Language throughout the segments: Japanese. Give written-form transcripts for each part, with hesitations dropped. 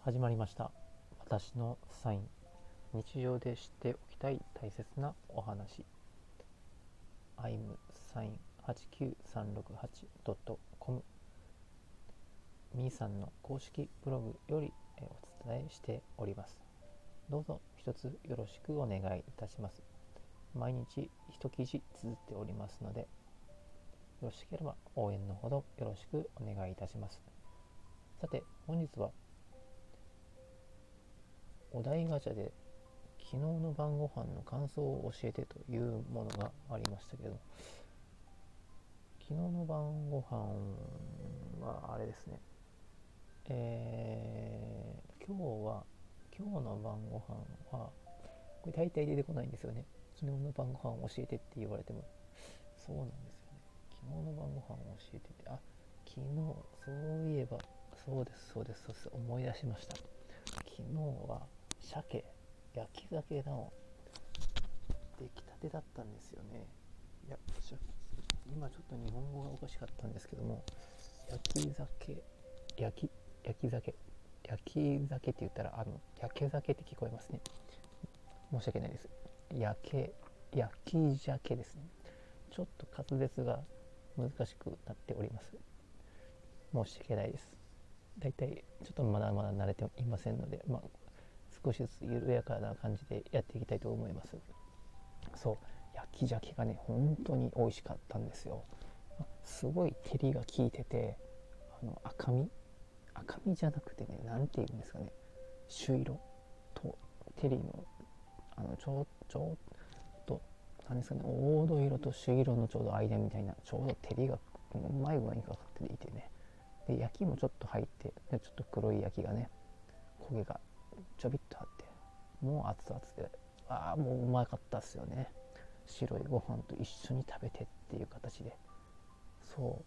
始まりました。私のサイン。日常で知っておきたい大切なお話。I'm sign89368.com みーさんの公式ブログよりお伝えしております。どうぞ一つよろしくお願いいたします。毎日一記事綴っておりますので、よろしければ応援のほどよろしくお願いいたします。さて、本日はお題ガチャで昨日の晩ご飯の感想を教えてというものがありましたけど、昨日の晩ご飯はあれですね、今日の晩ご飯はこれ大体出てこないんですよね。昨日の晩ご飯を教えてって言われても、そうなんですよね。昨日の晩ご飯を教えてって、昨日、そういえば、そうです、思い出しました。昨日は鮭、焼き鮭の出来たてだったんですよね。いや、今ちょっと日本語がおかしかったんですけども、焼き鮭、焼き鮭って言ったら焼け鮭って聞こえますね。申し訳ないです。焼き鮭ですね。ちょっと滑舌が難しくなっております。申し訳ないです。だいたいちょっとまだまだ慣れていませんので、少しずつ緩やかな感じでやっていきたいと思います。そう、焼き鮭がね、本当に美味しかったんですよ。すごい照りが効いてて、赤身じゃなくてね、なんていうんですかね、朱色と照りのちょうどなんですかね、黄土色と朱色のちょうど間みたいな、ちょうど照りがうまい具合にかかっていてね、で焼きもちょっと入って、でちょっと黒い焼きがね、焦げがちょびっとあって、もう熱々で、もううまかったっすよね。白いご飯と一緒に食べてっていう形で、そう、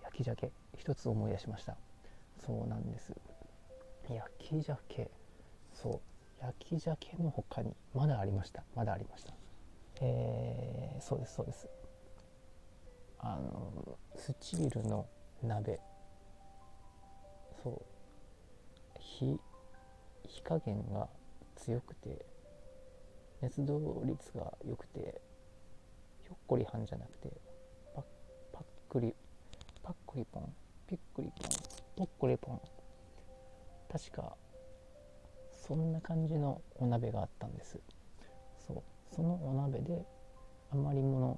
焼き鮭一つ思い出しました。そうなんです。焼き鮭、そう焼き鮭の他にまだありました。そうです。スチールの鍋、そう火加減が強くて、熱動率が良くて、ひょっこりはんじゃなくて、パッパックリパックリポンピックリポンポックリポン、確かそんな感じのお鍋があったんです。そのお鍋で余り物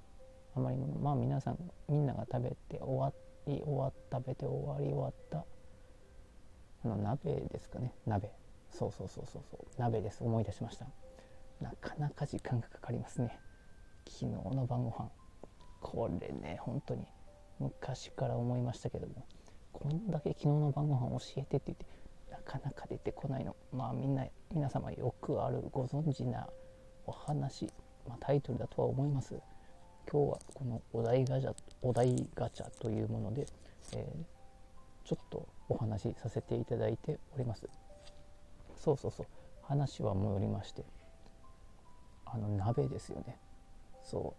みんなが食べて食べて終わり終わった鍋ですかね。そう鍋です。思い出しました。なかなか時間がかかりますね。昨日の晩ご飯、これね、本当に昔から思いましたけども、こんだけ昨日の晩ご飯教えてって言ってなかなか出てこないの、皆様よくあるご存知なお話、タイトルだとは思います。今日はこのお題ガチャというもので、ちょっとお話しさせていただいております。そう、話は戻りまして、鍋ですよね。そう、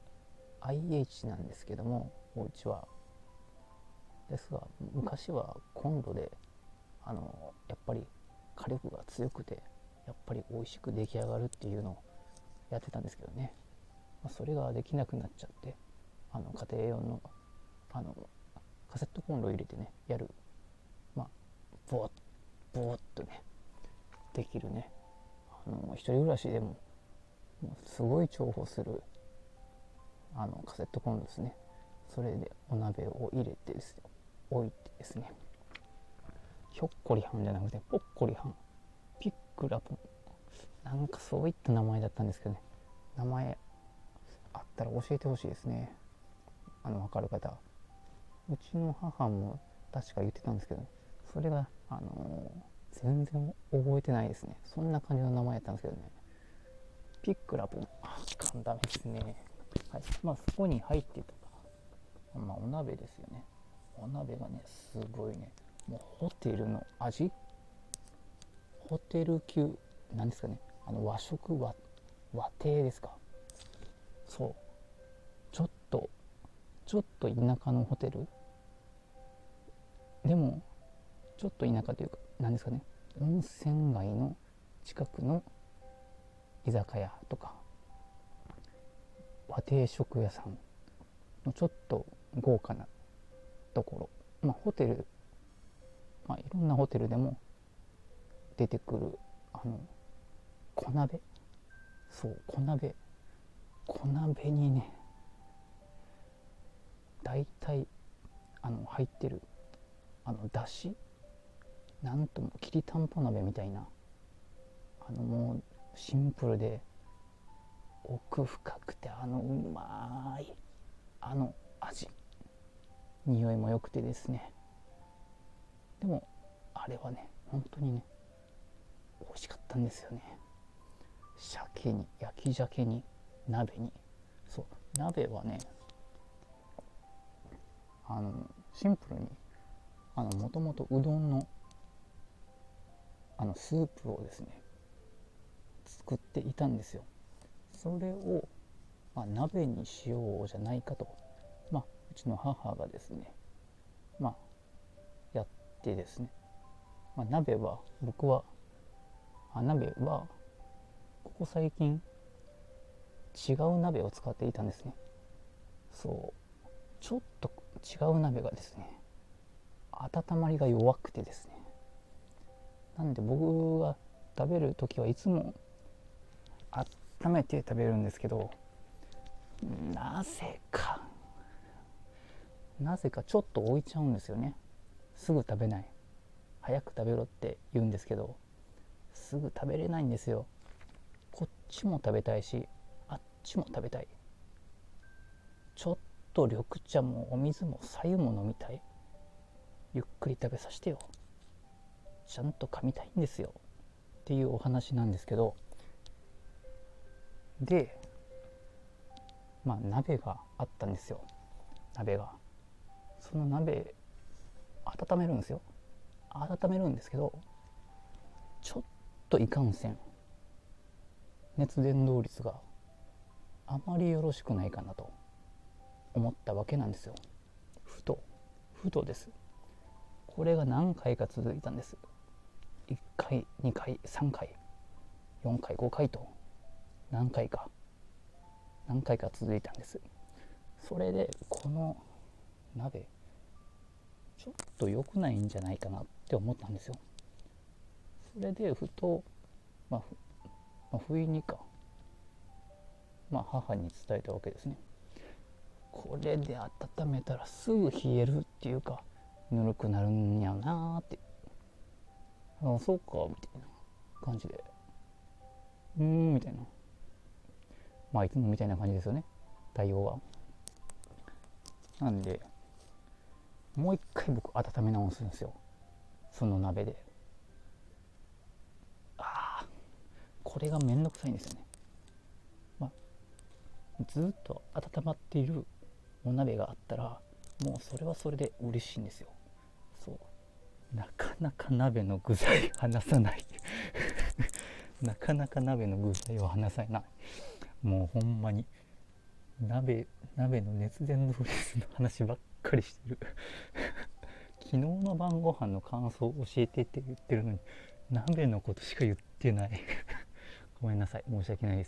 IH なんですけども、お家はですが、昔はコンロでやっぱり火力が強くて、やっぱり美味しく出来上がるっていうのをやってたんですけどね、それができなくなっちゃって、家庭用のカセットコンロ入れてねやる、まあボーボーっとねできるね、一人暮らしでもすごい重宝するカセットコンロですね。それでお鍋を入れてですよ、置いてですね、ひょっこりはんじゃなくてぽっこりはん、ピックラポン、なんかそういった名前だったんですけどね、名前あったら教えてほしいですね。分かる方。うちの母も確か言ってたんですけど、それが全然覚えてないですね。そんな感じの名前やったんですけどね。ピックラポン、簡単ですね。はい、そこに入ってた、お鍋ですよね。お鍋がね、すごいね、もうホテルの味、ホテル級なんですかね、和食和亭ですか。そう、ちょっと田舎のホテルでも、ちょっと田舎というか、なんですかね、 温泉街の近くの居酒屋とか和定食屋さんのちょっと豪華なところ、ホテル、いろんなホテルでも出てくる小鍋、そう小鍋にね、だいたい入ってるだし、なんともきりたんぽ鍋みたいな、もうシンプルで奥深くてうまい味、匂いも良くてですね、でもあれはね本当にね美味しかったんですよね。鮭に焼き鮭に鍋に、そう鍋はねシンプルにもともとうどんのスープをですね作っていたんですよ。それを、鍋にしようじゃないかと、うちの母がですねやってですね、鍋は僕は鍋はここ最近違う鍋を使っていたんですね。そうちょっと違う鍋がですね温まりが弱くてですね、なんで僕が食べるときはいつも温めて食べるんですけど、なぜかちょっと置いちゃうんですよね。すぐ食べない、早く食べろって言うんですけど、すぐ食べれないんですよ。こっちも食べたいしあっちも食べたい。ちょっと緑茶もお水も白湯も飲みたい。ゆっくり食べさせてよ、ちゃんと噛みたいんですよっていうお話なんですけど、で鍋があったんですよ。その鍋温めるんですよ。温めるんですけど、ちょっといかんせん熱伝導率があまりよろしくないかなと思ったわけなんですよ。ふとです。これが何回か続いたんです。1回2回3回4回5回と何回か続いたんです。それでこの鍋ちょっと良くないんじゃないかなって思ったんですよ。それでふと、不意に母に伝えたわけですね。これで温めたらすぐ冷えるっていうかぬるくなるんやなーって、そうかみたいな感じで、みたいな、いつもみたいな感じですよね、対応は。なんでもう一回僕温め直すんですよ、その鍋で。これがめんどくさいんですよね。ずっと温まっているお鍋があったらもうそれはそれで嬉しいんですよ。そうなかなか鍋の具材離さないなかなか鍋の具材を離さない。もうほんまに鍋の熱伝導率の話ばっかりしてる昨日の晩ご飯の感想を教えてって言ってるのに鍋のことしか言ってないごめんなさい、申し訳ないです。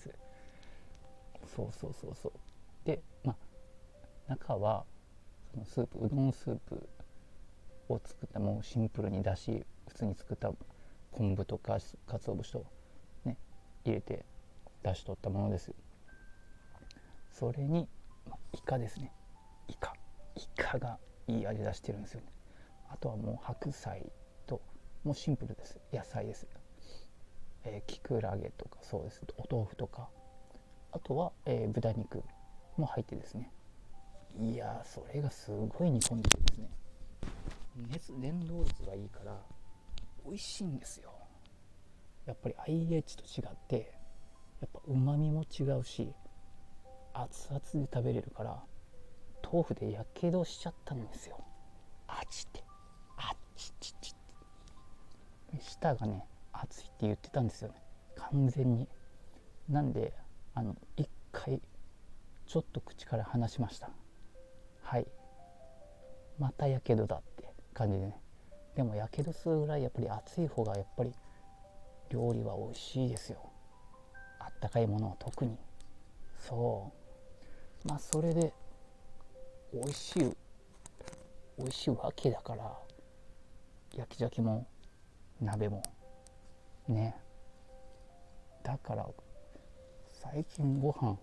そうで、中はそのスープ、うどんスープを作った、もうシンプルにだし普通に作った昆布とか鰹節とね入れてだし取ったものです。それに、イカですね。イカがいい味出してるんですよね。あとはもう白菜と、もうシンプルです、野菜です。きくらげとか、そうです、お豆腐とか、あとは、豚肉も入ってですね、いやそれがすごい煮込んでてですね、熱伝導率がいいから美味しいんですよ。やっぱり IH と違ってやっぱうまみも違うし熱々で食べれるから、豆腐でやけどしちゃったんですよ。あちってあっちちちって舌がね熱いって言ってたんですよね、完全に。なんで一回ちょっと口から離しました。はい、またやけどだって感じでね、 でもやけどするぐらいやっぱり熱い方がやっぱり料理は美味しいですよ。あったかいものは特に。そうまあそれで美味しいわけだから、焼き鮭も鍋もね。だから最近ご飯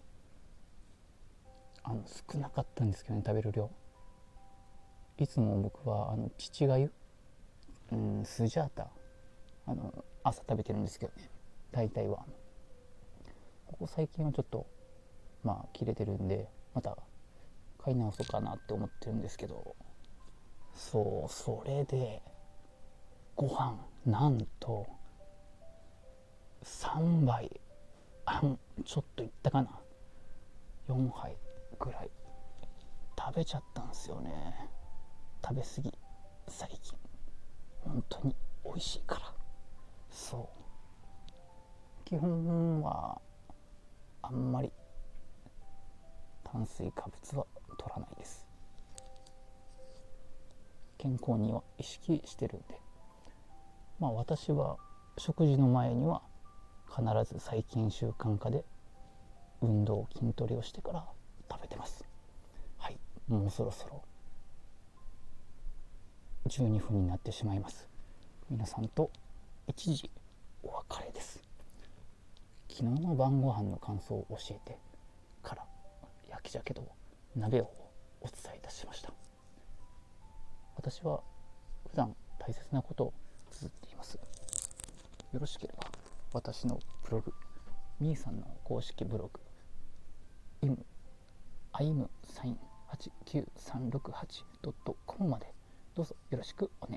少なかったんですけどね、食べる量。いつも僕は父がゆ、スジャータ朝食べてるんですけどね、大体は。ここ最近はちょっとまあ切れてるんで、また買い直そうかなって思ってるんですけど、そうそれでご飯なんと3杯ちょっといったかな、4杯ぐらい食べちゃったんですよね。食べ過ぎ、最近本当に美味しいから。そう基本はあんまり炭水化物は取らないです。健康には意識してるんで、まあ私は食事の前には必ず最近習慣化で運動筋トレをしてから食べてます。はい、もうそろそろ12分になってしまいます。皆さんと一時お別れです。昨日の晩ご飯の感想を教えてから焼き鮭と鍋をお伝えいたしました。私は普段大切なことを綴っています。よろしければ私のブログ、みーさんの公式ブログ im.sign89368.com までどうぞよろしくお願